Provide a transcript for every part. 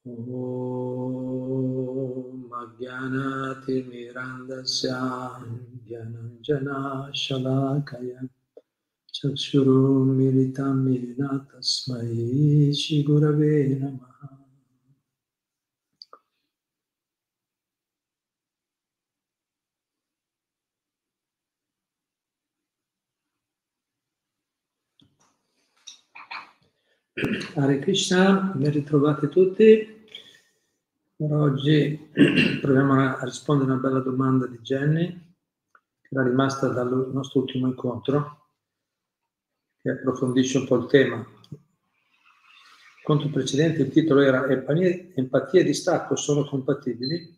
Om Ajnanatirmirandasya Jnananjana Shalakaya Chakshurumilitam Yena Tasmai Shri Gurave Namaha. Hare Krishna, ben ritrovati tutti. Per oggi proviamo a rispondere a una bella domanda di Jenny, che era rimasta dal nostro ultimo incontro, che approfondisce un po' il tema. L'incontro precedente il titolo era Empatia e distacco sono compatibili?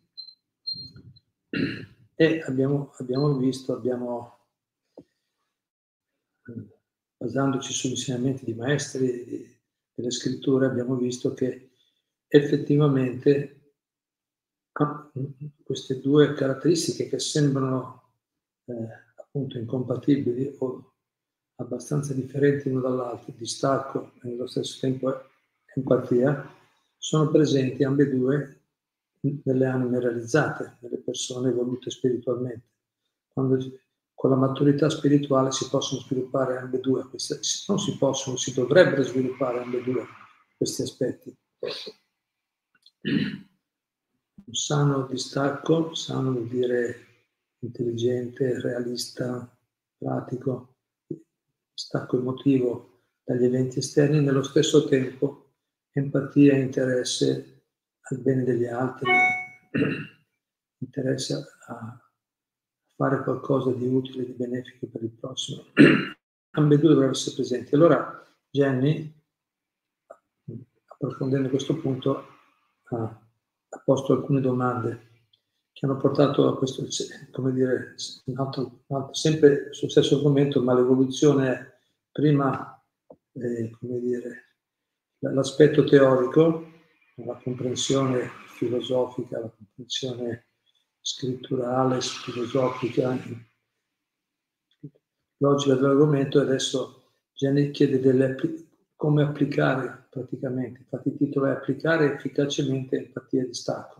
E abbiamo visto, basandoci sugli insegnamenti di maestri delle scritture, abbiamo visto che effettivamente queste due caratteristiche che sembrano appunto incompatibili o abbastanza differenti l'uno dall'altro, distacco e nello stesso tempo empatia, sono presenti ambedue nelle anime realizzate, nelle persone evolute spiritualmente. Quando con la maturità spirituale si possono sviluppare ambedue, non si possono, si dovrebbero sviluppare ambedue questi aspetti. Un sano distacco, sano vuol dire intelligente, realista, pratico, distacco emotivo dagli eventi esterni, nello stesso tempo empatia e interesse al bene degli altri, interesse a fare qualcosa di utile, di benefico per il prossimo. Ambedue dovrebbero essere presenti. Allora Jenny, approfondendo questo punto, ha posto alcune domande che hanno portato a questo, come dire, sempre sul stesso argomento, ma l'evoluzione è prima, come dire, l'aspetto teorico, la comprensione filosofica, la comprensione scritturale, filosofica, logica dell'argomento, e adesso Jenny chiede come applicare praticamente. Infatti il titolo è Applicare efficacemente empatia e distacco.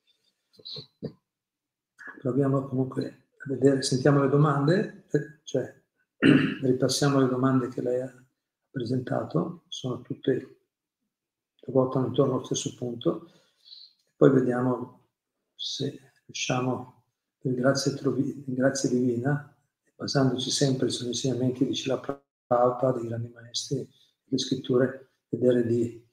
Proviamo comunque a vedere, sentiamo le domande, cioè ripassiamo le domande che lei ha presentato, sono tutte ruotano intorno allo stesso punto, poi vediamo se riusciamo, per grazia divina, basandoci sempre sugli insegnamenti di Srila Prabhupada, dei grandi maestri delle scritture, vedere di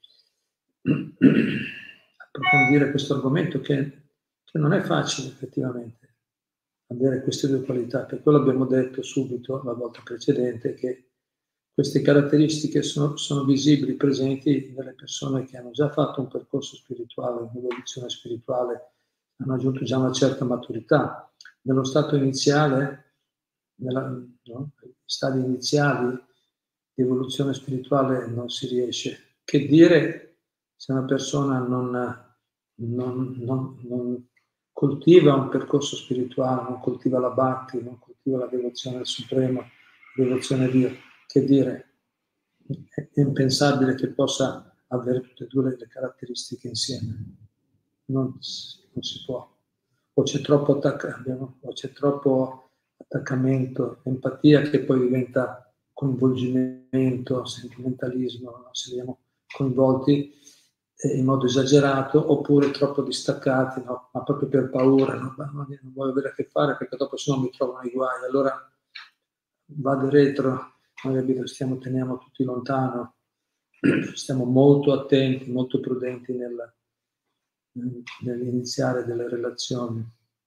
approfondire questo argomento che non è facile effettivamente, avere queste due qualità. Per quello abbiamo detto subito la volta precedente che queste caratteristiche sono visibili, presenti nelle persone che hanno già fatto un percorso spirituale, un'evoluzione spirituale, hanno raggiunto già una certa maturità. Nello stato iniziale, negli stadi iniziali di evoluzione spirituale non si riesce. Che dire se una persona non coltiva un percorso spirituale, non coltiva la bhakti, non coltiva la devozione al Supremo, la devozione a Dio? Che dire? È impensabile che possa avere tutte e due le caratteristiche insieme. Non si può. O c'è troppo attaccamento, empatia che poi diventa coinvolgimento, sentimentalismo, no? Se vediamo coinvolti in modo esagerato, oppure troppo distaccati, no? Ma proprio per paura, no? Non voglio avere a che fare perché dopo se no mi trovano i guai, allora vado retro, noi teniamo tutti lontano, stiamo molto attenti, molto prudenti nell'iniziare delle relazioni.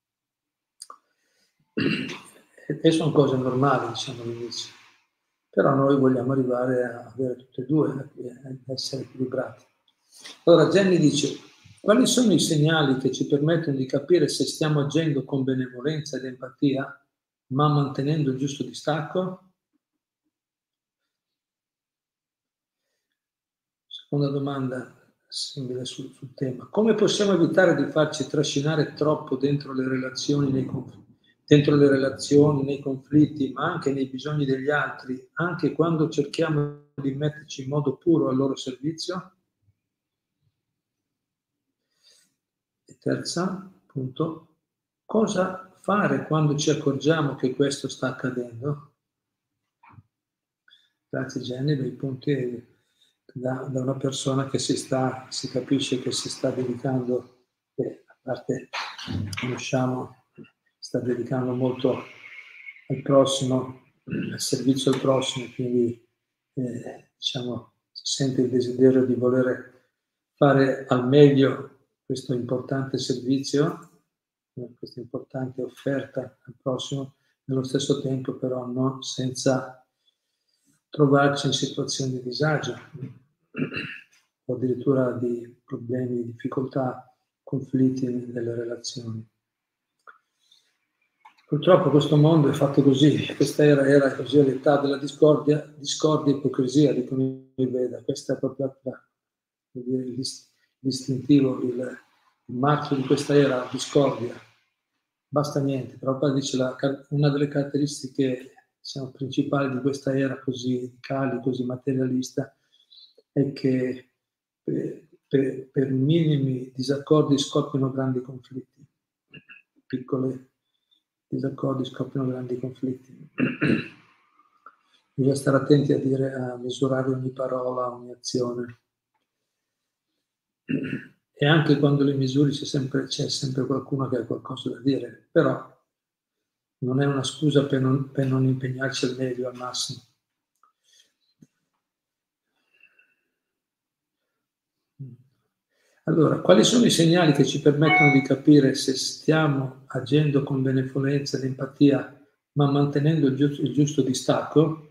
E sono cose normali, diciamo, all'inizio. Però noi vogliamo arrivare a avere tutte e due, a essere equilibrati. Allora Jenny dice, quali sono i segnali che ci permettono di capire se stiamo agendo con benevolenza ed empatia, ma mantenendo il giusto distacco? Seconda domanda simile sul tema. Come possiamo evitare di farci trascinare troppo dentro le relazioni, nei conflitti, ma anche nei bisogni degli altri, anche quando cerchiamo di metterci in modo puro al loro servizio? Terza, appunto, cosa fare quando ci accorgiamo che questo sta accadendo? Grazie Jenny, dei punti da una persona che si capisce che si sta dedicando, a parte conosciamo, sta dedicando molto al prossimo, al servizio al prossimo, quindi diciamo si sente il desiderio di voler fare al meglio questo importante servizio, questa importante offerta al prossimo, nello stesso tempo però non senza trovarci in situazioni di disagio o addirittura di problemi, difficoltà, conflitti nelle relazioni. Purtroppo questo mondo è fatto così, questa era così l'età della discordia e ipocrisia, dicono i Veda. Questa è proprio l'istintivo, il marchio di questa era, discordia. Basta niente. Prabhupada dice una delle caratteristiche principali di questa era così Kali, così materialista, è che per minimi disaccordi scoppiano grandi conflitti, piccoli disaccordi scoppiano grandi conflitti. Bisogna stare attenti a misurare ogni parola, ogni azione. E anche quando le misuri c'è sempre qualcuno che ha qualcosa da dire, però non è una scusa per non impegnarci al meglio, al massimo. Allora, quali sono i segnali che ci permettono di capire se stiamo agendo con benevolenza ed empatia, ma mantenendo il giusto distacco?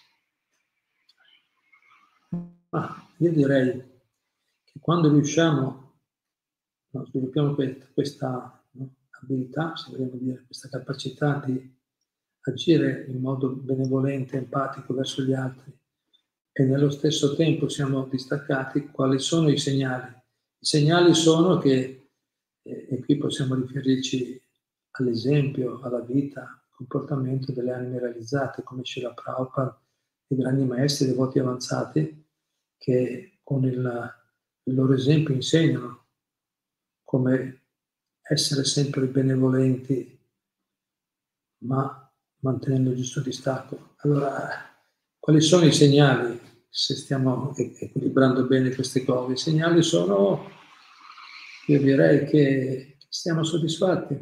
Io direi che quando riusciamo, sviluppiamo questa abilità, se vogliamo dire, questa capacità di agire in modo benevolente, empatico verso gli altri e nello stesso tempo siamo distaccati, quali sono i segnali? I segnali sono che, e qui possiamo riferirci all'esempio, alla vita, al comportamento delle anime realizzate, come Srila Prabhupada, i grandi maestri devoti avanzati, che con il loro esempio insegnano come essere sempre benevolenti, ma mantenendo il giusto distacco. Allora, quali sono i segnali se stiamo equilibrando bene queste cose? I segnali sono, io direi che siamo soddisfatti,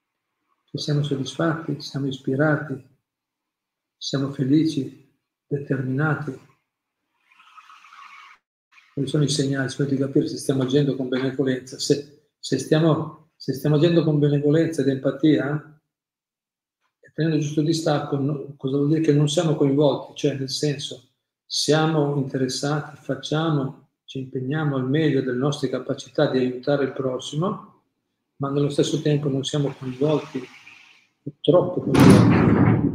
siamo ispirati, siamo felici, determinati. Quali sono i segnali? Si di capire se stiamo agendo con benevolenza. Se stiamo agendo con benevolenza ed empatia, tenendo il giusto distacco, cosa vuol dire? Che non siamo coinvolti, cioè nel senso siamo interessati, ci impegniamo al meglio delle nostre capacità di aiutare il prossimo, ma nello stesso tempo non siamo coinvolti, troppo coinvolti.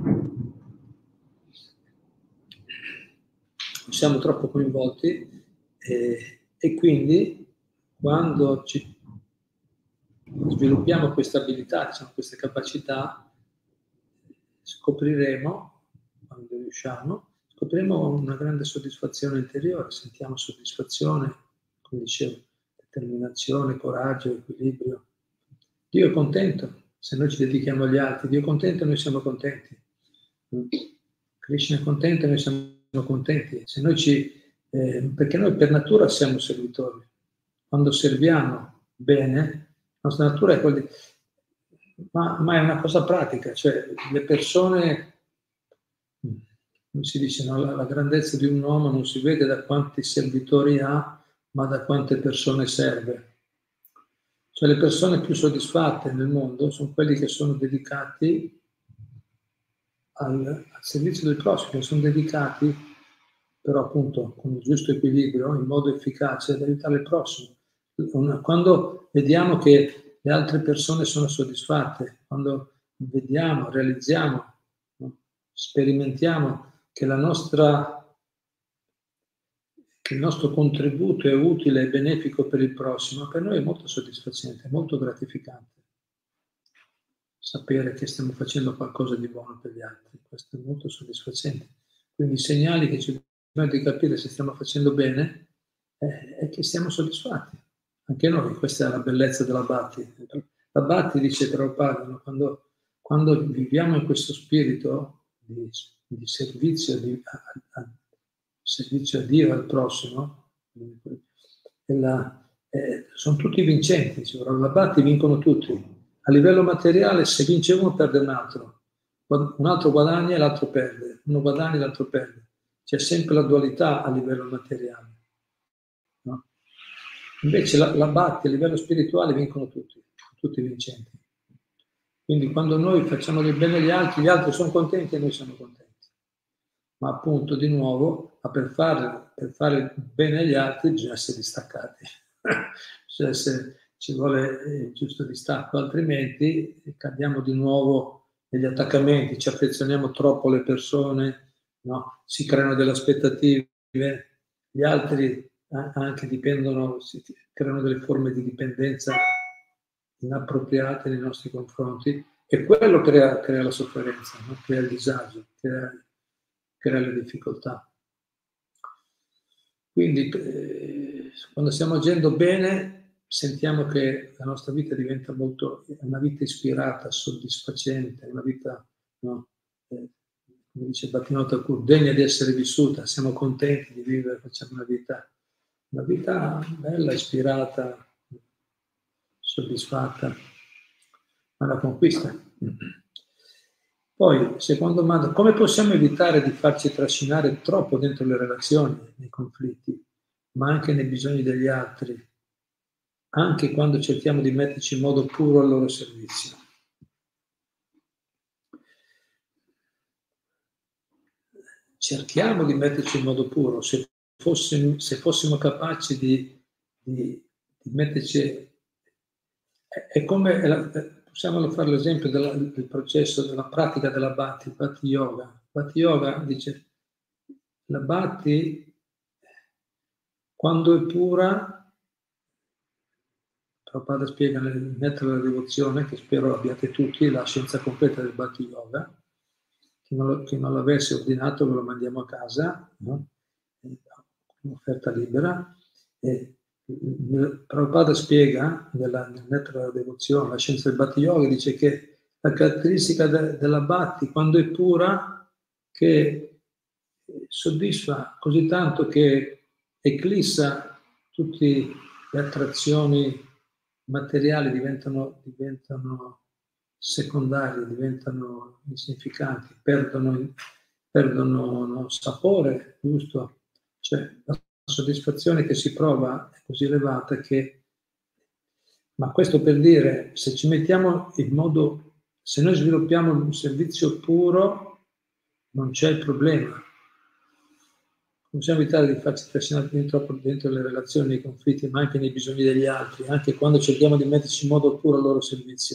Non siamo troppo coinvolti e quindi quando ci sviluppiamo questa abilità, queste capacità, scopriremo, quando riusciamo, una grande soddisfazione interiore, sentiamo soddisfazione, come dicevo, determinazione, coraggio, equilibrio. Dio è contento se noi ci dedichiamo agli altri, Dio è contento e noi siamo contenti. Krishna è contento e noi siamo contenti. Se noi perché noi per natura siamo servitori. Quando serviamo bene, la nostra natura è quella di... Ma è una cosa pratica, cioè le persone, come si dice, no? La grandezza di un uomo non si vede da quanti servitori ha, ma da quante persone serve. Cioè le persone più soddisfatte nel mondo sono quelli che sono dedicati al servizio del prossimo, sono dedicati però appunto con il giusto equilibrio, in modo efficace ad aiutare il prossimo. Quando vediamo che le altre persone sono soddisfatte, quando vediamo, realizziamo, no? Sperimentiamo che il nostro contributo è utile e benefico per il prossimo, per noi è molto soddisfacente, molto gratificante sapere che stiamo facendo qualcosa di buono per gli altri. Questo è molto soddisfacente. Quindi i segnali che ci permettono di capire se stiamo facendo bene è che siamo soddisfatti. Anche noi, questa è la bellezza della Bhakti. La Bhakti, dice Prabhupada, quando viviamo in questo spirito di servizio, servizio a Dio e al prossimo, sono tutti vincenti. La Bhakti vincono tutti. A livello materiale, se vince uno, perde un altro. Un altro guadagna e l'altro perde. Uno guadagna e l'altro perde. C'è sempre la dualità a livello materiale. No? Invece la Bhakti a livello spirituale vincono tutti vincenti. Quindi quando noi facciamo del bene agli altri sono contenti e noi siamo contenti. Ma appunto, di nuovo, per fare bene agli altri bisogna essere distaccati. Cioè, ci vuole il giusto distacco, altrimenti cadiamo di nuovo negli attaccamenti, ci affezioniamo troppo alle persone, no? Si creano delle aspettative, gli altri anche creano delle forme di dipendenza inappropriate nei nostri confronti, e quello crea la sofferenza, no? Crea il disagio, crea le difficoltà. Quindi quando stiamo agendo bene sentiamo che la nostra vita diventa una vita ispirata, soddisfacente, una vita, no? Come dice Bhaktivinoda Thakur, degna di essere vissuta. Siamo contenti di vivere, facciamo una vita bella, ispirata, soddisfatta, ma la conquista. Poi, secondo me, come possiamo evitare di farci trascinare troppo dentro le relazioni, nei conflitti, ma anche nei bisogni degli altri, anche quando cerchiamo di metterci in modo puro al loro servizio? Cerchiamo di metterci in modo puro. Se fossimo capaci di metterci... È come... Possiamo fare l'esempio del processo, della pratica della Bhakti Yoga. Bhakti Yoga dice, la Bhakti, quando è pura, Prabhupada spiega nel metodo della devozione, che spero abbiate tutti, la scienza completa del Bhakti Yoga. Chi non l'avesse ordinato ve lo mandiamo a casa, no? Un'offerta libera. Prabhupada spiega nel metodo della devozione, la scienza del Bhakti Yoga, dice che la caratteristica della Bhakti, quando è pura, che soddisfa così tanto che eclissa tutte le attrazioni materiali, diventano secondarie, diventano insignificanti, perdono sapore, gusto. Cioè, la soddisfazione che si prova è così elevata che, ma questo per dire, se ci mettiamo se noi sviluppiamo un servizio puro, non c'è il problema. Possiamo evitare di farci trascinare troppo dentro le relazioni, nei conflitti, ma anche nei bisogni degli altri, anche quando cerchiamo di metterci in modo puro al loro servizio.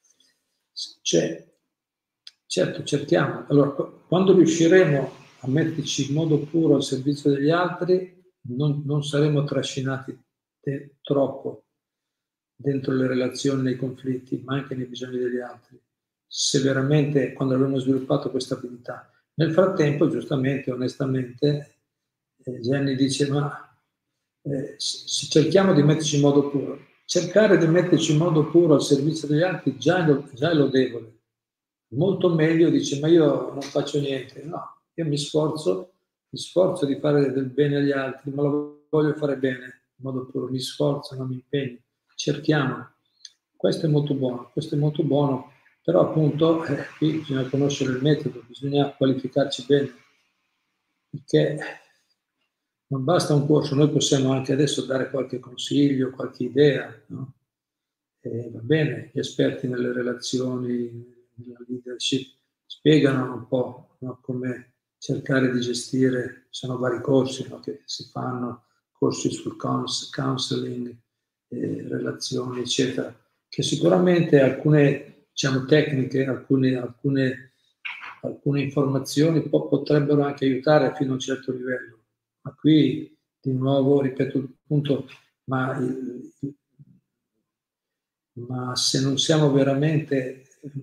Certo, cerchiamo. Allora, quando riusciremo a metterci in modo puro al servizio degli altri, non saremo trascinati troppo dentro le relazioni, nei conflitti, ma anche nei bisogni degli altri, se veramente, quando avremo sviluppato questa abilità. Nel frattempo, giustamente, onestamente, Jenny dice, ma se cerchiamo di metterci in modo puro, cercare di metterci in modo puro al servizio degli altri già è lodevole. Molto meglio dice, ma io non faccio niente. No, io mi sforzo di fare del bene agli altri, ma lo voglio fare bene, in modo puro, mi sforzo, non mi impegno. Cerchiamo. Questo è molto buono, però appunto qui bisogna conoscere il metodo, bisogna qualificarci bene, perché non basta un corso, noi possiamo anche adesso dare qualche consiglio, qualche idea, no? Va bene, gli esperti nelle relazioni, nella leadership, spiegano un po', no, come cercare di gestire, sono vari corsi, no, che si fanno, corsi sul counseling, relazioni, eccetera, che sicuramente alcune, diciamo, tecniche, alcune informazioni potrebbero anche aiutare fino a un certo livello. Ma qui, di nuovo, ripeto il punto, ma se non siamo veramente,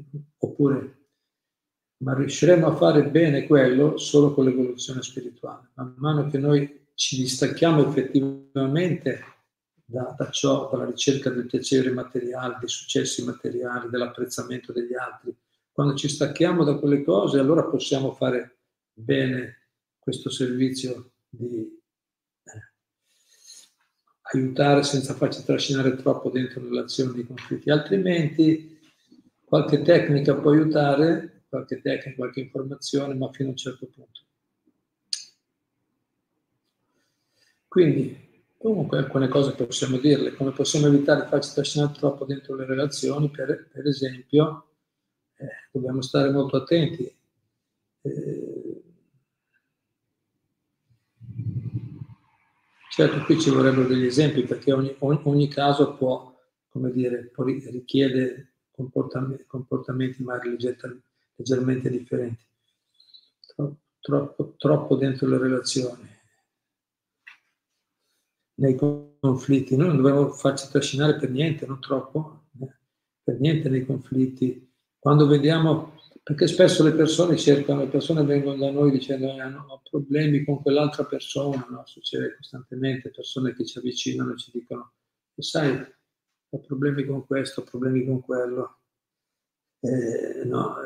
ma riusciremo a fare bene quello solo con l'evoluzione spirituale. Man mano che noi ci distacchiamo effettivamente da ciò, dalla ricerca del piacere materiale, dei successi materiali, dell'apprezzamento degli altri. Quando ci stacchiamo da quelle cose, allora possiamo fare bene questo servizio di aiutare senza farci trascinare troppo dentro l'azione dei conflitti. Altrimenti qualche tecnica può aiutare, qualche tecnica, qualche informazione, ma fino a un certo punto. Quindi, comunque, alcune cose possiamo dirle, come possiamo evitare di farci trascinare troppo dentro le relazioni, per esempio, dobbiamo stare molto attenti. Certo, qui ci vorrebbero degli esempi, perché ogni caso può, come dire, richiede comportamenti magari leggermente differenti. Troppo dentro le relazioni, nei conflitti. Noi non dobbiamo farci trascinare per niente, non troppo, per niente nei conflitti. Quando vediamo, perché spesso le persone vengono da noi dicendo ho problemi con quell'altra persona, no? Succede costantemente, persone che ci avvicinano e ci dicono, sai, ho problemi con questo, ho problemi con quello. No,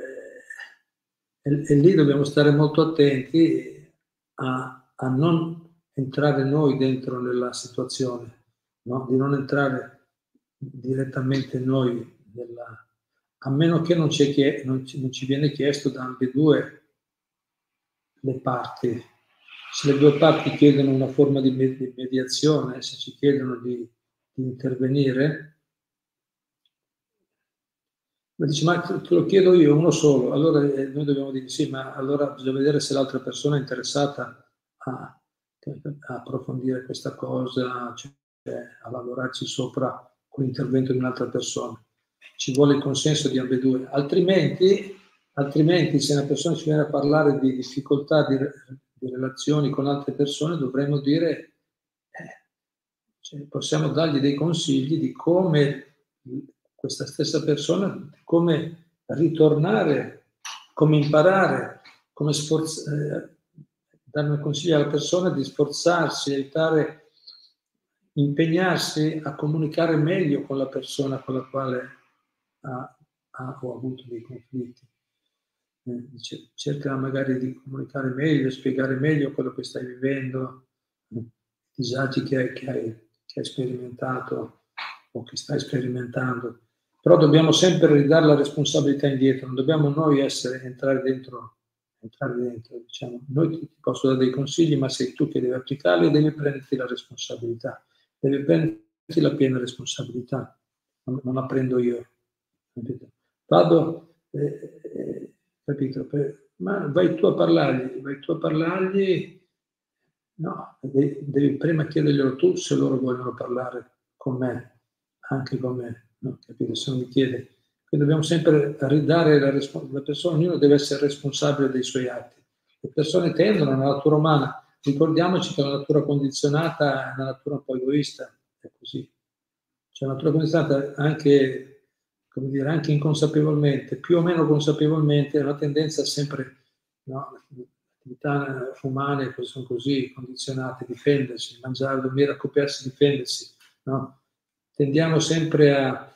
e lì dobbiamo stare molto attenti a non entrare noi dentro nella situazione, no? Di non entrare direttamente noi a meno che non ci viene chiesto da ambedue le parti. Se le due parti chiedono una forma di mediazione, se ci chiedono di intervenire, ma dice, ma te lo chiedo io, uno solo. Allora noi dobbiamo dire sì, ma allora bisogna vedere se l'altra persona è interessata a approfondire questa cosa, cioè a lavorarci sopra con l'intervento di un'altra persona. Ci vuole il consenso di ambedue. Altrimenti se una persona ci viene a parlare di difficoltà di relazioni con altre persone, dovremmo dire, cioè, possiamo dargli dei consigli di come questa stessa persona, come ritornare, come imparare, come dare un consiglio alla persona di sforzarsi, aiutare, impegnarsi a comunicare meglio con la persona con la quale ho avuto dei conflitti. Cerca magari di comunicare meglio, spiegare meglio quello che stai vivendo, i disagi che hai sperimentato o che stai sperimentando. Però dobbiamo sempre ridare la responsabilità indietro, non dobbiamo noi entrare dentro, diciamo. Noi ti posso dare dei consigli, ma sei tu che devi applicarli e devi prenderti la responsabilità, devi prenderti la piena responsabilità, non la prendo io. Capito? Capito? Ma vai tu a parlargli, no, devi prima chiederglielo tu se loro vogliono parlare con me, anche con me, no? Capito? Se non mi chiede. Quindi dobbiamo sempre ridare la persona, ognuno deve essere responsabile dei suoi atti. Le persone tendono nella natura umana, ricordiamoci che la natura condizionata è una natura un po' egoista, è così. Cioè la natura condizionata anche, come dire, anche inconsapevolmente, più o meno consapevolmente, è una tendenza sempre, no? Le attività umane sono così condizionate, difendersi, mangiare, dormire, accoppiarsi, difendersi, no? Tendiamo sempre a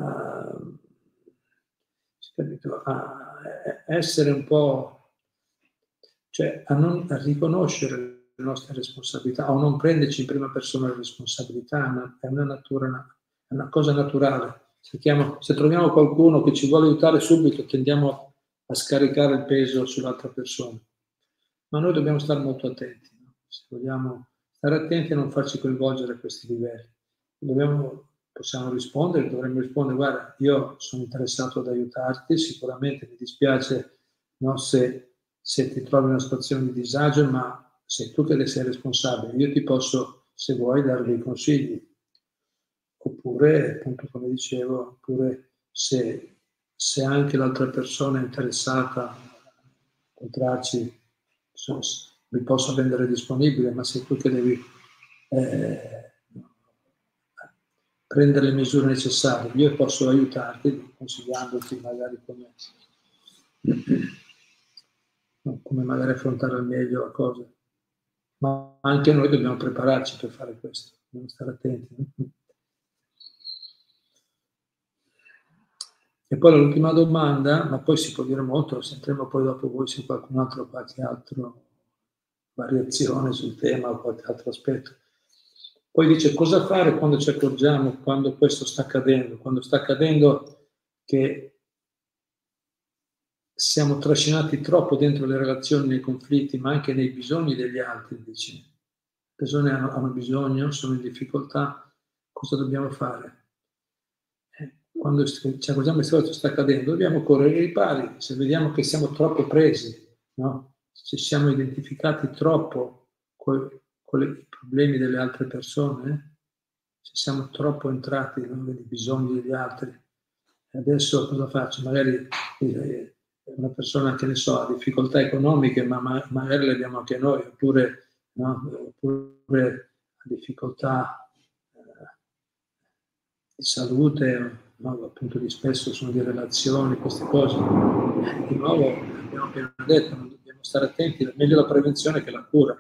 essere un po', cioè a riconoscere le nostre responsabilità, o non prenderci in prima persona le responsabilità, è una cosa naturale. Se troviamo qualcuno che ci vuole aiutare subito, tendiamo a scaricare il peso sull'altra persona. Ma noi dobbiamo stare molto attenti, no? Se vogliamo stare attenti a non farci coinvolgere a questi livelli. Possiamo rispondere, dovremmo rispondere, guarda, io sono interessato ad aiutarti, sicuramente mi dispiace, no, se ti trovi in una situazione di disagio, ma sei tu che ne sei responsabile, io ti posso, se vuoi, dare dei consigli. Oppure, appunto, come dicevo, oppure se anche l'altra persona è interessata a incontrarci, mi posso rendere disponibile, ma sei tu che devi prendere le misure necessarie. Io posso aiutarti consigliandoti magari come magari affrontare al meglio la cosa, ma anche noi dobbiamo prepararci per fare questo. dobbiamo stare attenti. E poi l'ultima domanda, ma poi si può dire molto, sentiremo poi dopo voi se qualcun altro ha qualche altra variazione sul tema o qualche altro aspetto. Poi dice cosa fare quando ci accorgiamo, quando questo sta accadendo, quando sta accadendo che siamo trascinati troppo dentro le relazioni, nei conflitti, ma anche nei bisogni degli altri, dice. Le persone hanno bisogno, sono in difficoltà, cosa dobbiamo fare? Quando ci accorgiamo che questo sta accadendo, dobbiamo correre ai ripari. Se vediamo che siamo troppo presi, no? Se siamo identificati troppo con i problemi delle altre persone, se siamo troppo entrati nei bisogni degli altri, adesso cosa faccio? Magari una persona che ne so ha difficoltà economiche, ma magari le abbiamo anche noi, oppure, no? Oppure ha difficoltà di salute, no? Appunto di spesso sono di relazioni, queste cose. Di nuovo abbiamo appena detto, non dobbiamo stare attenti, meglio la prevenzione che la cura.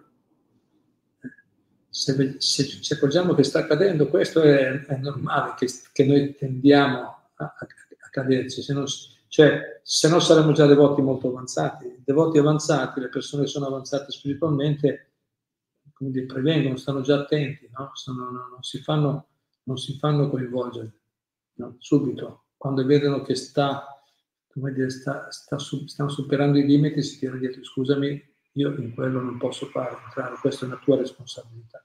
Se ci accorgiamo che sta accadendo, questo è normale che noi tendiamo a caderci, se no saremmo già devoti molto avanzati. Devoti avanzati, le persone che sono avanzate spiritualmente, quindi prevengono, stanno già attenti, no? Non si fanno coinvolgere, no? Subito. Quando vedono che stanno superando i limiti, si tirano dietro, scusami, io in quello non posso fare entrare, questa è una tua responsabilità.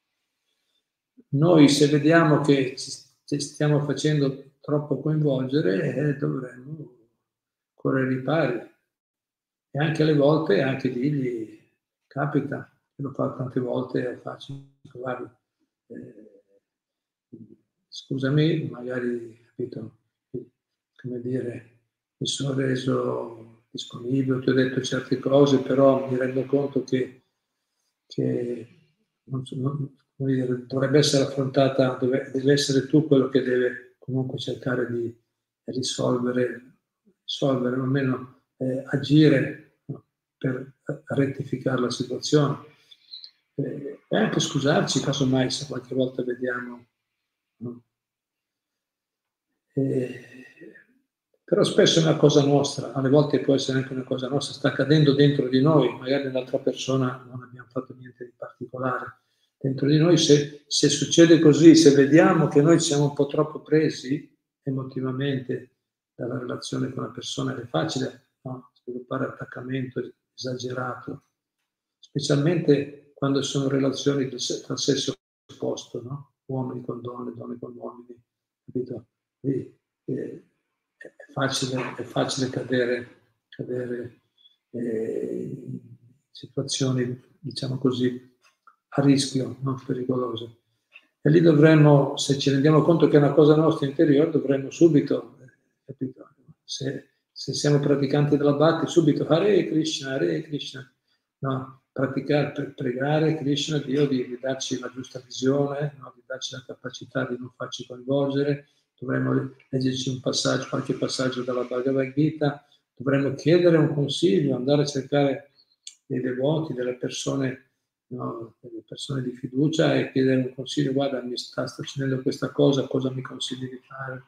Noi se vediamo che ci stiamo facendo troppo coinvolgere, dovremmo correre ai ripari. E anche alle volte, anche dirgli, capita, l'ho fatto tante volte, è facile, guarda, scusami, magari, capito, come dire, mi sono reso disponibile, ti ho detto certe cose, però mi rendo conto che come dire, dovrebbe essere affrontata, deve essere tu quello che deve comunque cercare di risolvere, o almeno agire, no, per rettificare la situazione. E anche scusarci, casomai, se qualche volta vediamo. No? Però spesso è una cosa nostra, alle volte può essere anche una cosa nostra, sta accadendo dentro di noi, magari nell'altra persona non abbiamo fatto niente di particolare. Dentro di noi, se succede così, se vediamo che noi siamo un po' troppo presi emotivamente dalla relazione con la persona, è facile, no? Sviluppare attaccamento esagerato, specialmente quando sono relazioni tra sesso opposto, no? Uomini con donne con uomini, capito? È facile cadere in situazioni, diciamo così, a rischio, non pericolose. E lì dovremmo, se ci rendiamo conto che è una cosa nostra interiore, dovremmo subito, capito? Se siamo praticanti della Bhakti, subito Hare Krishna, no? Praticare, pregare Krishna, Dio, di darci la giusta visione, no? Di darci la capacità di non farci coinvolgere. Dovremmo leggerci qualche passaggio dalla Bhagavad Gita, dovremmo chiedere un consiglio, andare a cercare dei devoti, delle persone di fiducia e chiedere un consiglio, guarda, mi sta succedendo questa cosa mi consigli di fare?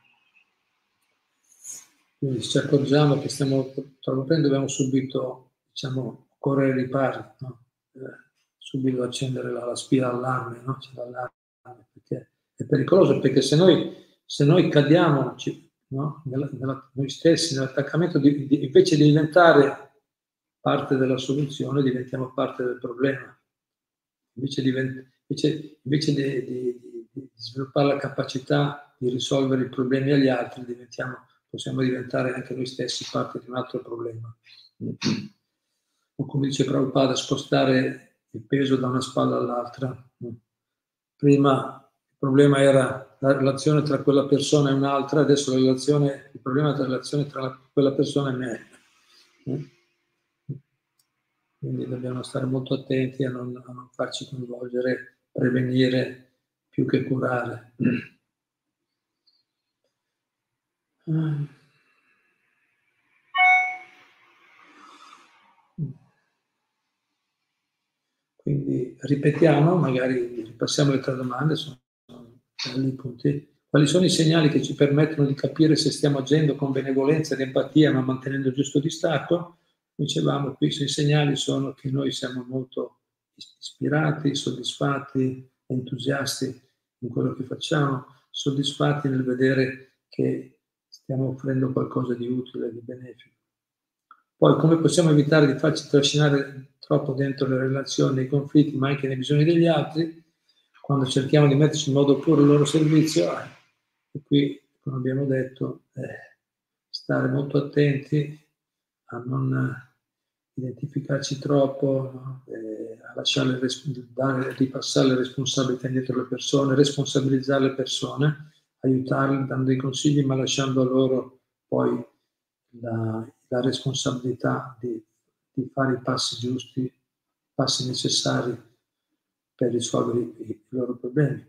Quindi se ci accorgiamo che stiamo troppo bene, dobbiamo subito, diciamo, correre ai ripari, no? Subito accendere la spia allarme, no? C'è l'allarme, perché è pericoloso, perché se noi cadiamo, no? Noi stessi nell'attaccamento, invece di diventare parte della soluzione, diventiamo parte del problema. Invece di sviluppare la capacità di risolvere i problemi agli altri, possiamo diventare anche noi stessi parte di un altro problema. O come dice Prabhupada, spostare il peso da una spalla all'altra. Prima il problema era la relazione tra quella persona e un'altra, adesso il problema è la relazione tra quella persona e me. Quindi dobbiamo stare molto attenti a non farci coinvolgere, prevenire più che curare. Quindi ripetiamo, magari ripassiamo le 3 domande, sono belli punti. Quali sono i segnali che ci permettono di capire se stiamo agendo con benevolenza ed empatia ma mantenendo il giusto distacco? Dicevamo qui, se i segnali sono che noi siamo molto ispirati, soddisfatti, entusiasti in quello che facciamo, soddisfatti nel vedere che stiamo offrendo qualcosa di utile, di benefico. Poi come possiamo evitare di farci trascinare troppo dentro le relazioni, nei conflitti, ma anche nei bisogni degli altri, quando cerchiamo di metterci in modo puro al loro servizio? E qui, come abbiamo detto, stare molto attenti a non identificarci troppo, no? A lasciare ripassare le responsabilità indietro alle persone, responsabilizzare le persone, aiutarle dando dei consigli, ma lasciando a loro poi la responsabilità di fare i passi giusti, i passi necessari per risolvere i loro problemi.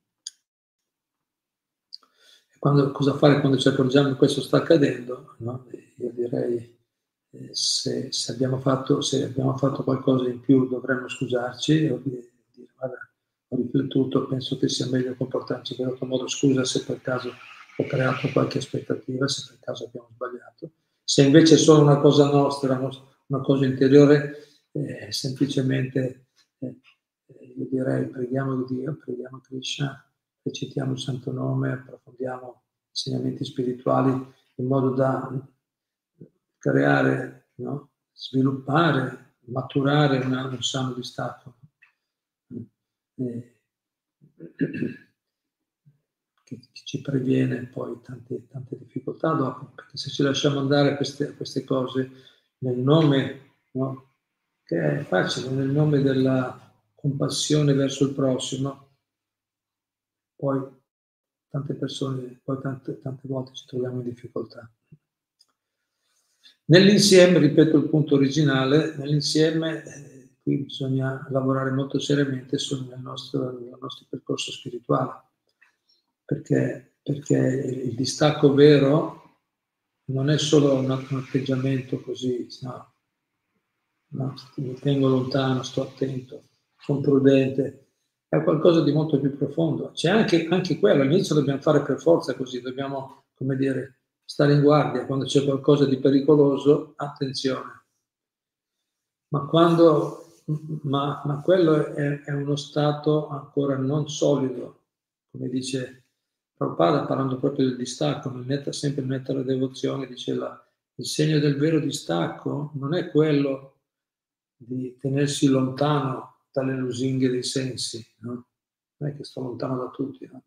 Cosa fare quando ci accorgiamo che questo sta accadendo? No? Io direi se abbiamo fatto qualcosa in più dovremmo scusarci o dire guarda, ho riflettuto, penso che sia meglio comportarci in altro modo, scusa se per caso ho creato qualche aspettativa, se per caso abbiamo sbagliato. Se invece è solo una cosa nostra, una cosa interiore, semplicemente io direi preghiamo Dio, preghiamo Krishna, recitiamo il santo nome, approfondiamo insegnamenti spirituali in modo da creare, no? Sviluppare, maturare un sano distacco che ci previene poi tante difficoltà dopo, perché se ci lasciamo andare a queste cose nel nome, no? Che è facile, nel nome della compassione verso il prossimo, poi tante persone, poi tante volte ci troviamo in difficoltà. Nell'insieme, ripeto il punto originale, nell'insieme qui bisogna lavorare molto seriamente nel nostro percorso spirituale, perché il distacco vero non è solo un atteggiamento così, no, mi tengo lontano, sto attento, sono prudente, è qualcosa di molto più profondo. C'è anche quello, all'inizio dobbiamo fare per forza così, dobbiamo, come dire, stare in guardia quando c'è qualcosa di pericoloso, attenzione. Ma quello è uno stato ancora non solido, come dice Prabhupada, parlando proprio del distacco, sempre nella devozione, diceva il segno del vero distacco non è quello di tenersi lontano dalle lusinghe dei sensi, no? Non è che sto lontano da tutti, no?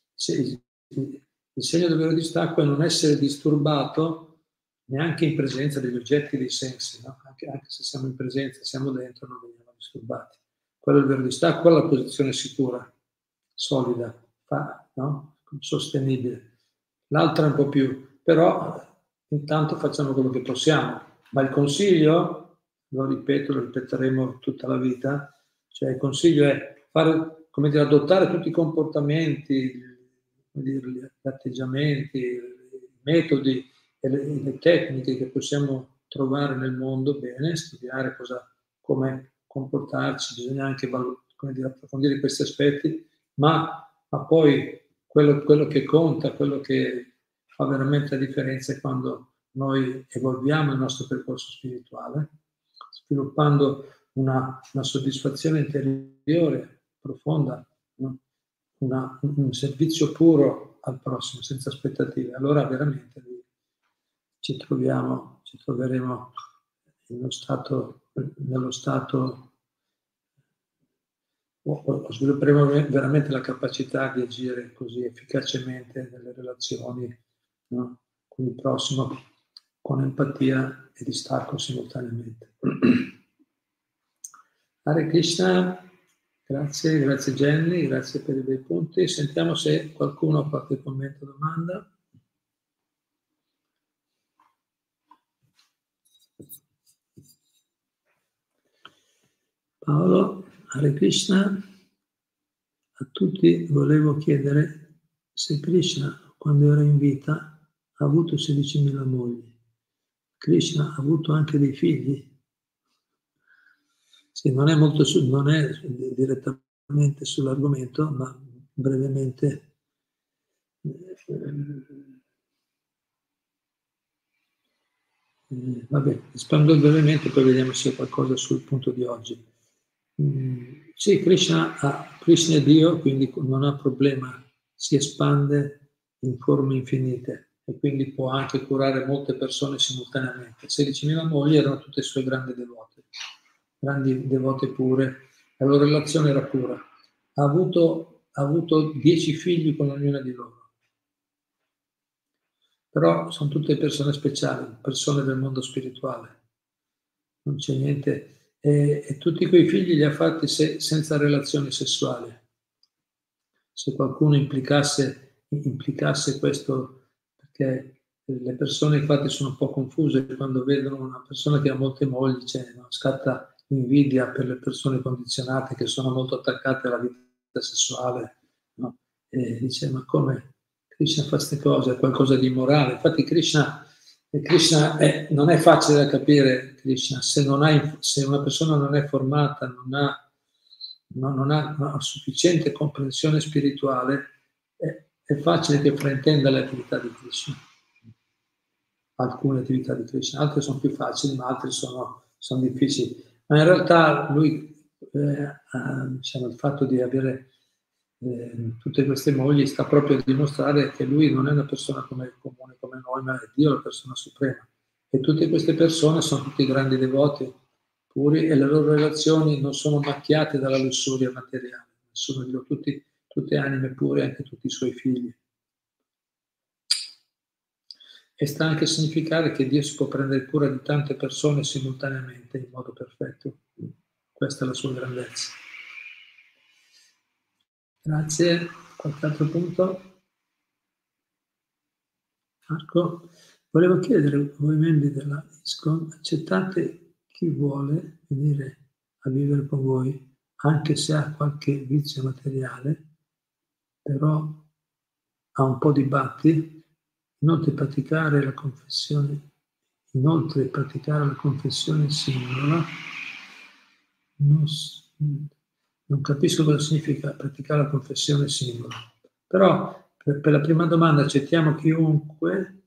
Il segno del vero distacco è non essere disturbato neanche in presenza degli oggetti dei sensi, no? Anche se siamo in presenza, siamo dentro, non veniamo disturbati. Quello è il vero distacco, quella è la posizione sicura, solida, no? Sostenibile. L'altra è un po' più, però intanto facciamo quello che possiamo. Ma il consiglio, lo ripeto, lo ripeteremo tutta la vita, cioè il consiglio è fare, come dire, adottare tutti i comportamenti, gli atteggiamenti, i metodi e le tecniche che possiamo trovare nel mondo, bene, studiare come comportarci, bisogna anche approfondire questi aspetti, ma poi quello che conta, quello che fa veramente la differenza è quando noi evolviamo il nostro percorso spirituale, sviluppando una soddisfazione interiore profonda, no? Un servizio puro al prossimo, senza aspettative. Allora veramente ci troveremo nello stato, svilupperemo veramente la capacità di agire così efficacemente nelle relazioni, no? Con il prossimo, con empatia e distacco simultaneamente. Hare Krishna, grazie Jenny, grazie per i bei punti. Sentiamo se qualcuno ha qualche commento o domanda. Paolo, Hare Krishna, a tutti volevo chiedere se Krishna, quando era in vita, ha avuto 16.000 mogli. Krishna ha avuto anche dei figli? Sì, non è molto non è direttamente sull'argomento, ma brevemente vabbè, espando brevemente, poi vediamo se c'è qualcosa sul punto di oggi. Sì, Krishna è Dio, quindi non ha problema, si espande in forme infinite e quindi può anche curare molte persone simultaneamente. 16.000 mogli erano tutte sue grandi devote pure, la loro relazione era pura. Ha avuto 10 figli con ognuna di loro. Però sono tutte persone speciali, persone del mondo spirituale. Non c'è niente. E tutti quei figli li ha fatti senza relazioni sessuali. Se qualcuno implicasse questo, perché le persone infatti sono un po' confuse quando vedono una persona che ha molte mogli, scatta invidia per le persone condizionate che sono molto attaccate alla vita sessuale, no? E dice, ma come Krishna fa queste cose? È qualcosa di immorale. Infatti Krishna non è facile da capire, Krishna, se una persona non è formata, non ha una sufficiente comprensione spirituale, è facile che fraintenda le attività di Krishna. Alcune attività di Krishna, altre sono più facili, ma altre sono difficili. Ma in realtà lui, il fatto di avere tutte queste mogli sta proprio a dimostrare che lui non è una persona comune come noi, ma è Dio la persona suprema. E tutte queste persone sono tutti grandi devoti, puri, e le loro relazioni non sono macchiate dalla lussuria materiale. Sono tutte anime pure, anche tutti i suoi figli. E sta anche a significare che Dio si può prendere cura di tante persone simultaneamente in modo perfetto. Questa è la sua grandezza. Grazie. Qualche altro punto? Marco? Volevo chiedere, voi membri della ISKCON, accettate chi vuole venire a vivere con voi, anche se ha qualche vizio materiale, però ha un po' di batti. Inoltre praticare la confessione singola, non capisco cosa significa praticare la confessione singola, però per la prima domanda accettiamo chiunque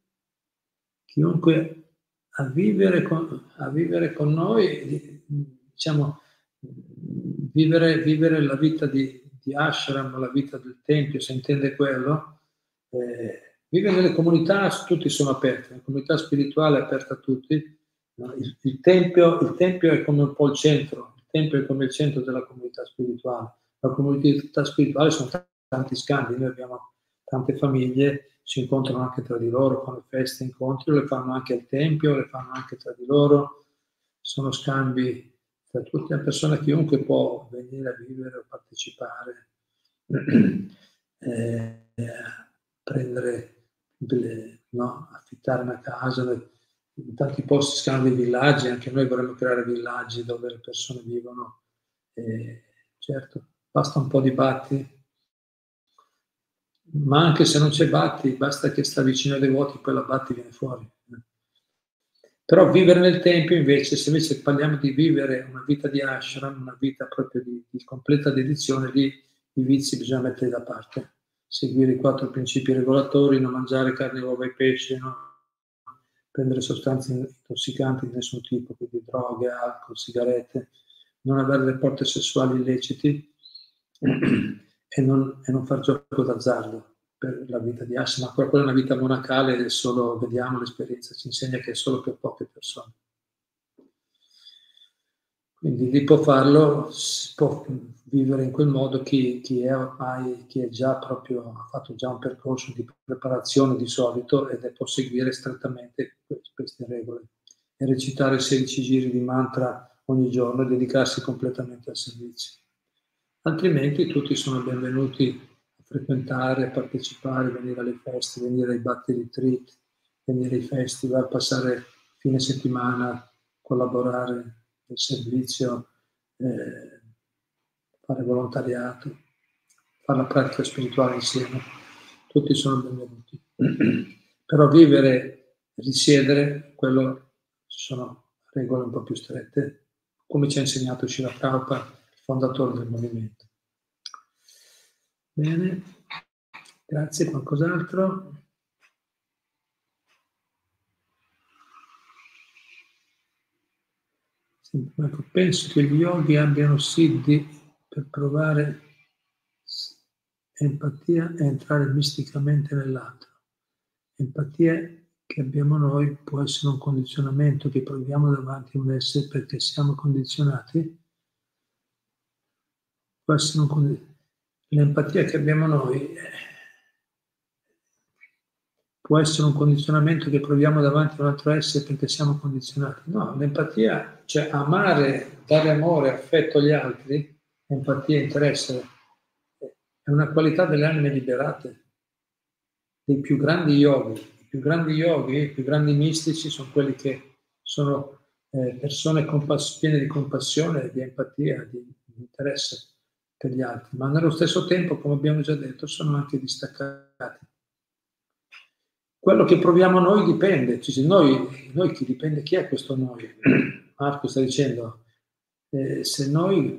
a vivere con noi, diciamo, vivere la vita di ashram, la vita del tempio, se intende quello. Vivere nelle comunità, tutti sono aperti, la comunità spirituale è aperta a tutti. No? Il tempio è come un po' il centro, il tempio è come il centro della comunità spirituale. La comunità spirituale sono tanti scambi, noi abbiamo tante famiglie, si incontrano anche tra di loro, fanno feste, incontri, le fanno anche al tempio, le fanno anche tra di loro, sono scambi tra tutte le persone, chiunque può venire a vivere o partecipare, prendere, affittare una casa, in tanti posti si chiamano dei villaggi, anche noi vorremmo creare villaggi dove le persone vivono, certo, basta un po' di batti, ma anche se non c'è batti, basta che sta vicino ai devoti, poi la batti viene fuori. Però vivere nel tempio invece, se invece parliamo di vivere una vita di ashram, una vita proprio di completa dedizione, lì i vizi bisogna metterli da parte, seguire i 4 principi regolatori, non mangiare carne, uova e pesce, no? Prendere sostanze intossicanti di nessun tipo, quindi droghe, alcol, sigarette, non avere rapporti sessuali illeciti e non far gioco d'azzardo per la vita di ashram, ma quella è una vita monacale, è solo, vediamo, l'esperienza ci insegna che è solo per poche persone. Quindi lì può farlo, si può vivere in quel modo chi è già proprio, ha fatto già un percorso di preparazione di solito ed può seguire strettamente queste regole e recitare 16 giri di mantra ogni giorno e dedicarsi completamente al servizio. Altrimenti tutti sono benvenuti a frequentare, a partecipare, venire alle feste, venire ai Bhakti Retreat, venire ai festival, passare fine settimana, collaborare nel servizio, fare volontariato, fare la pratica spirituale insieme. Tutti sono benvenuti. Però vivere, risiedere, quello ci sono regole un po' più strette, come ci ha insegnato Srila Prabhupada, il fondatore del movimento. Bene, grazie. Qualcos'altro? Ecco, penso che gli yogi abbiano siddhi per provare empatia e entrare misticamente nell'altro. Empatia che abbiamo noi può essere un condizionamento che proviamo davanti a un essere perché siamo condizionati. Può essere l'empatia che abbiamo noi può essere un condizionamento che proviamo davanti a un altro essere perché siamo condizionati. No, l'empatia, cioè amare, dare amore, affetto agli altri, empatia, interesse, è una qualità delle anime liberate, dei più grandi yogi. I più grandi yogi, i più grandi mistici sono quelli che sono persone piene di compassione, di empatia, di interesse per gli altri, ma nello stesso tempo, come abbiamo già detto, sono anche distaccati. Quello che proviamo noi dipende, cioè noi chi dipende, chi è questo noi? Marco sta dicendo, se noi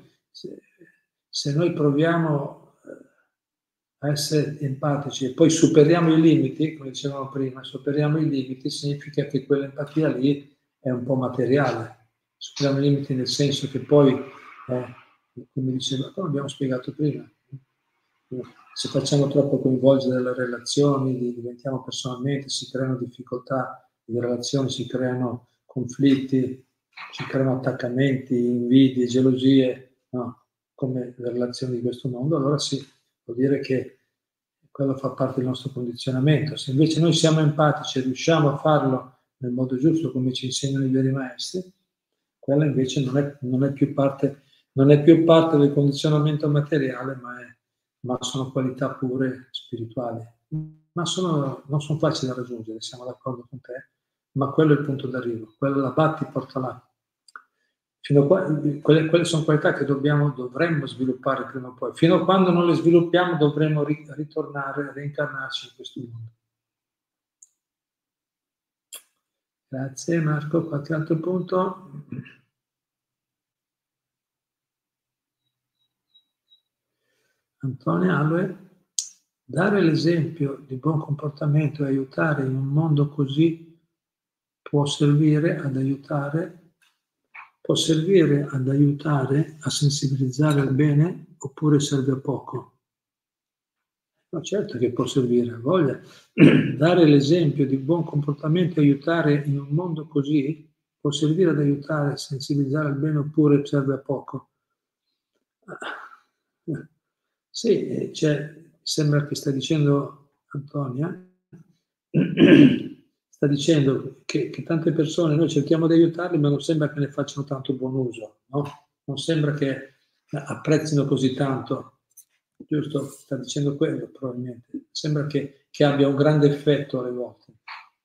proviamo a essere empatici e poi superiamo i limiti, come dicevamo prima, superiamo i limiti, significa che quell'empatia lì è un po' materiale. Superiamo i limiti nel senso che poi, come diceva, come abbiamo spiegato prima, se facciamo troppo coinvolgere le relazioni, diventiamo personalmente, si creano difficoltà di relazioni, si creano conflitti, si creano attaccamenti, invidie, gelosie, no? Come le relazioni di questo mondo, allora sì, vuol dire che quello fa parte del nostro condizionamento. Se invece noi siamo empatici e riusciamo a farlo nel modo giusto, come ci insegnano i veri maestri, quella invece non è più parte del condizionamento materiale, ma sono qualità pure spirituali. Ma non sono facili da raggiungere, siamo d'accordo con te, ma quello è il punto d'arrivo, la batti porta là. Fino a quelle sono qualità che dovremmo sviluppare prima o poi. Fino a quando non le sviluppiamo dovremmo ritornare, reincarnarci in questo mondo. Grazie Marco, qualche altro punto? Antonia Alue, dare l'esempio di buon comportamento e aiutare in un mondo così può servire ad aiutare a sensibilizzare al bene oppure serve a poco? No, certo che può servire, voglia. Dare l'esempio di buon comportamento e aiutare in un mondo così può servire ad aiutare a sensibilizzare al bene oppure serve a poco? Sì, sembra che sta dicendo Antonia, sta dicendo che tante persone noi cerchiamo di aiutarli, ma non sembra che ne facciano tanto buon uso, no? Non sembra che apprezzino così tanto, giusto? Sta dicendo quello probabilmente. Sembra che abbia un grande effetto alle volte.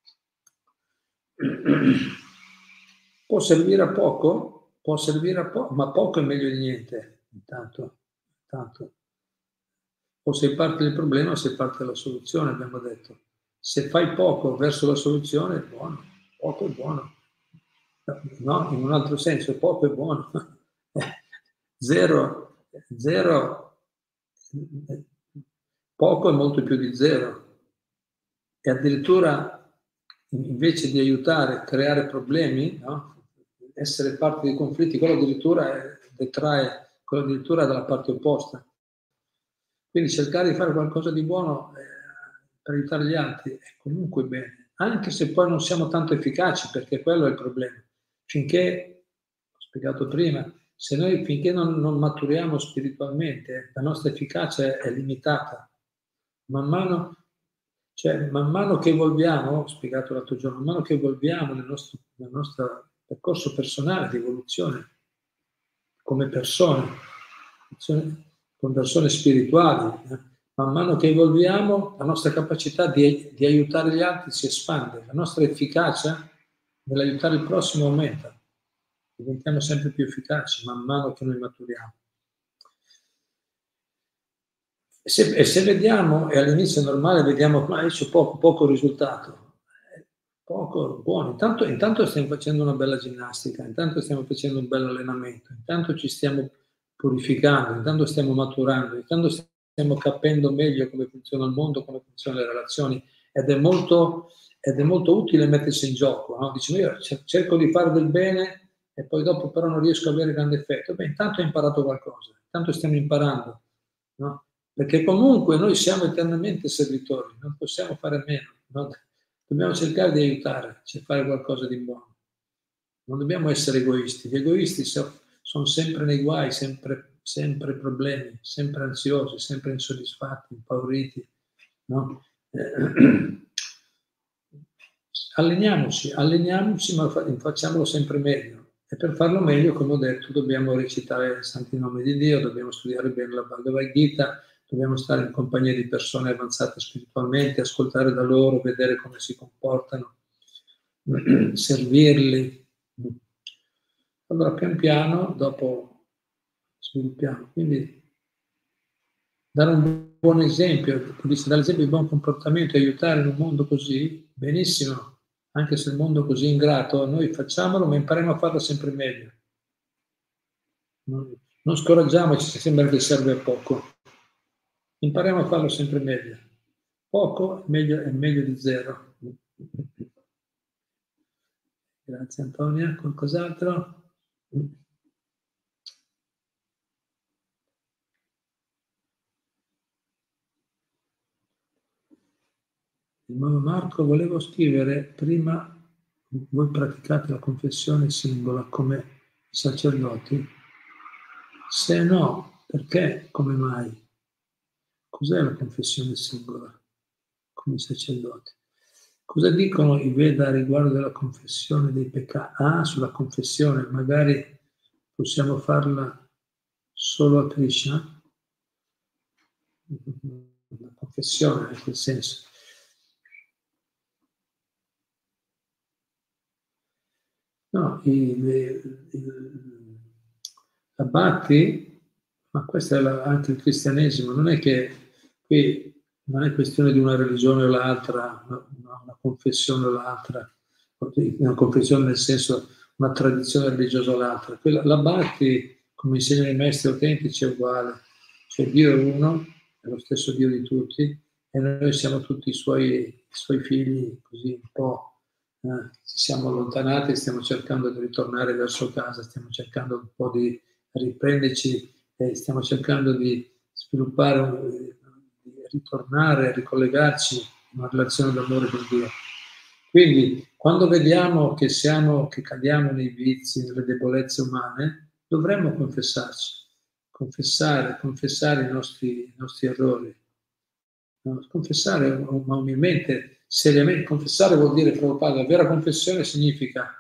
Può servire a poco? Può servire a poco, ma poco è meglio di niente, intanto. O sei parte del problema o sei parte della soluzione, abbiamo detto. Se fai poco verso la soluzione è buono, poco è buono. No, in un altro senso, poco è buono. Zero, poco è molto più di zero. E addirittura invece di aiutare a creare problemi, no? Essere parte dei conflitti, quello addirittura detrae, quello addirittura dalla parte opposta. Quindi cercare di fare qualcosa di buono per aiutare gli altri è comunque bene, anche se poi non siamo tanto efficaci, perché quello è il problema. Finché, ho spiegato prima, finché non maturiamo spiritualmente, la nostra efficacia è limitata. Man mano che evolviamo, ho spiegato l'altro giorno, man mano che evolviamo nel nostro percorso personale di evoluzione, come persone spirituali, man mano che evolviamo la nostra capacità di aiutare gli altri si espande, la nostra efficacia nell'aiutare il prossimo aumenta, diventiamo sempre più efficaci man mano che noi maturiamo. E se vediamo, e all'inizio è normale, vediamo ma c'è poco risultato, Poco, buono. Intanto stiamo facendo una bella ginnastica, intanto stiamo facendo un bel allenamento, intanto ci stiamo purificando, intanto stiamo maturando, intanto stiamo capendo meglio come funziona il mondo, come funzionano le relazioni, ed è molto utile mettersi in gioco, no? Dici, io cerco di fare del bene e poi dopo però non riesco ad avere grande effetto. Beh, intanto hai imparato qualcosa, intanto stiamo imparando, no? Perché comunque noi siamo eternamente servitori, non possiamo fare a meno, no? Dobbiamo cercare di aiutare, cioè fare qualcosa di buono. Non dobbiamo essere egoisti. Gli egoisti sono sempre nei guai, sempre problemi, sempre ansiosi, sempre insoddisfatti, impauriti. No? Alleniamoci, ma facciamolo sempre meglio. E per farlo meglio, come ho detto, dobbiamo recitare il santo nome di Dio, dobbiamo studiare bene la Bhagavad Gita, dobbiamo stare in compagnia di persone avanzate spiritualmente, ascoltare da loro, vedere come si comportano, servirli. Allora, pian piano, dopo sviluppiamo. Quindi, dare un buon esempio, dare l'esempio di buon comportamento e aiutare in un mondo così, benissimo. Anche se il mondo è così ingrato, noi facciamolo, ma impariamo a farlo sempre meglio. Non scoraggiamoci se sembra che serve a poco. Impariamo a farlo sempre meglio. Poco è meglio di zero. Grazie Antonia. Qualcos'altro? Marco, volevo scrivere prima, voi praticate la confessione singola come sacerdoti? Se no, perché? Come mai? Cos'è la confessione singola come sacerdoti? Cosa dicono i Veda riguardo della confessione dei peccati? Ah, sulla confessione, magari possiamo farla solo a Krishna? La confessione, in quel senso. No, la Bhakti, ma questo è anche il cristianesimo, non è che qui non è questione di una religione o l'altra, una confessione o l'altra, una confessione nel senso una tradizione religiosa o l'altra. La Bhakti, come insegnano i maestri autentici, è uguale, cioè Dio è uno, è lo stesso Dio di tutti, e noi siamo tutti i suoi figli, così un po'. Ci siamo allontanati, stiamo cercando di ritornare verso casa, stiamo cercando un po' di riprenderci e stiamo cercando di sviluppare, di ritornare, ricollegarci in una relazione d'amore con Dio. Quindi, quando vediamo che cadiamo nei vizi, nelle debolezze umane, dovremmo confessarci, confessare i nostri errori. Confessare, ma umilmente, seriamente. Confessare vuol dire, Prabhupada, la vera confessione significa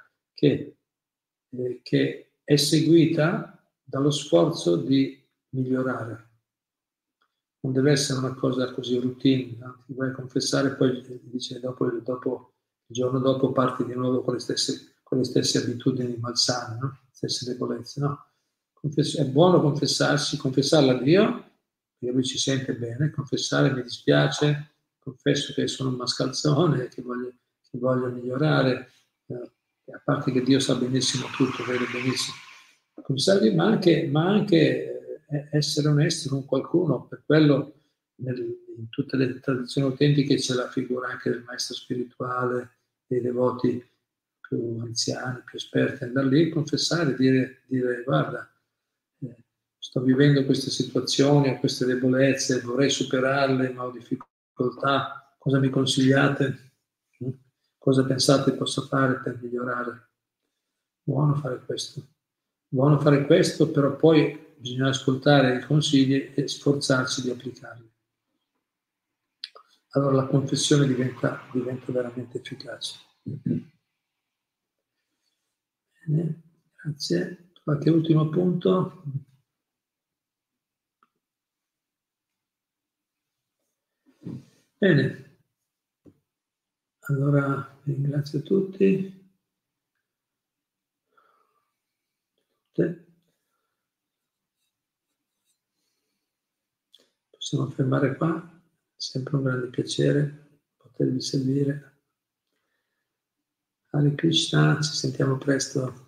che è seguita dallo sforzo di migliorare. Non deve essere una cosa così routine, no? Ti vai a confessare e poi dice il giorno dopo parti di nuovo con le stesse abitudini malsane, no? Stesse debolezze, no? È buono confessarsi, confessarla a Dio, perché lui ci sente bene, confessare mi dispiace, confesso che sono un mascalzone, che voglio migliorare, a parte che Dio sa benissimo tutto, vede benissimo. Confessarvi, ma anche essere onesti con qualcuno, per quello in tutte le tradizioni autentiche c'è la figura anche del maestro spirituale, dei devoti più anziani, più esperti, andare lì, confessare, dire guarda, sto vivendo queste situazioni, ho queste debolezze, vorrei superarle, ma ho difficoltà, cosa mi consigliate? Cosa pensate possa fare per migliorare? Buono fare questo, però poi bisogna ascoltare i consigli e sforzarsi di applicarli. Allora la confessione diventa veramente efficace. Bene, grazie. Qualche ultimo punto? Bene, allora ringrazio tutti. Possiamo fermare qua, sempre un grande piacere potervi servire. Hare Krishna, ci sentiamo presto.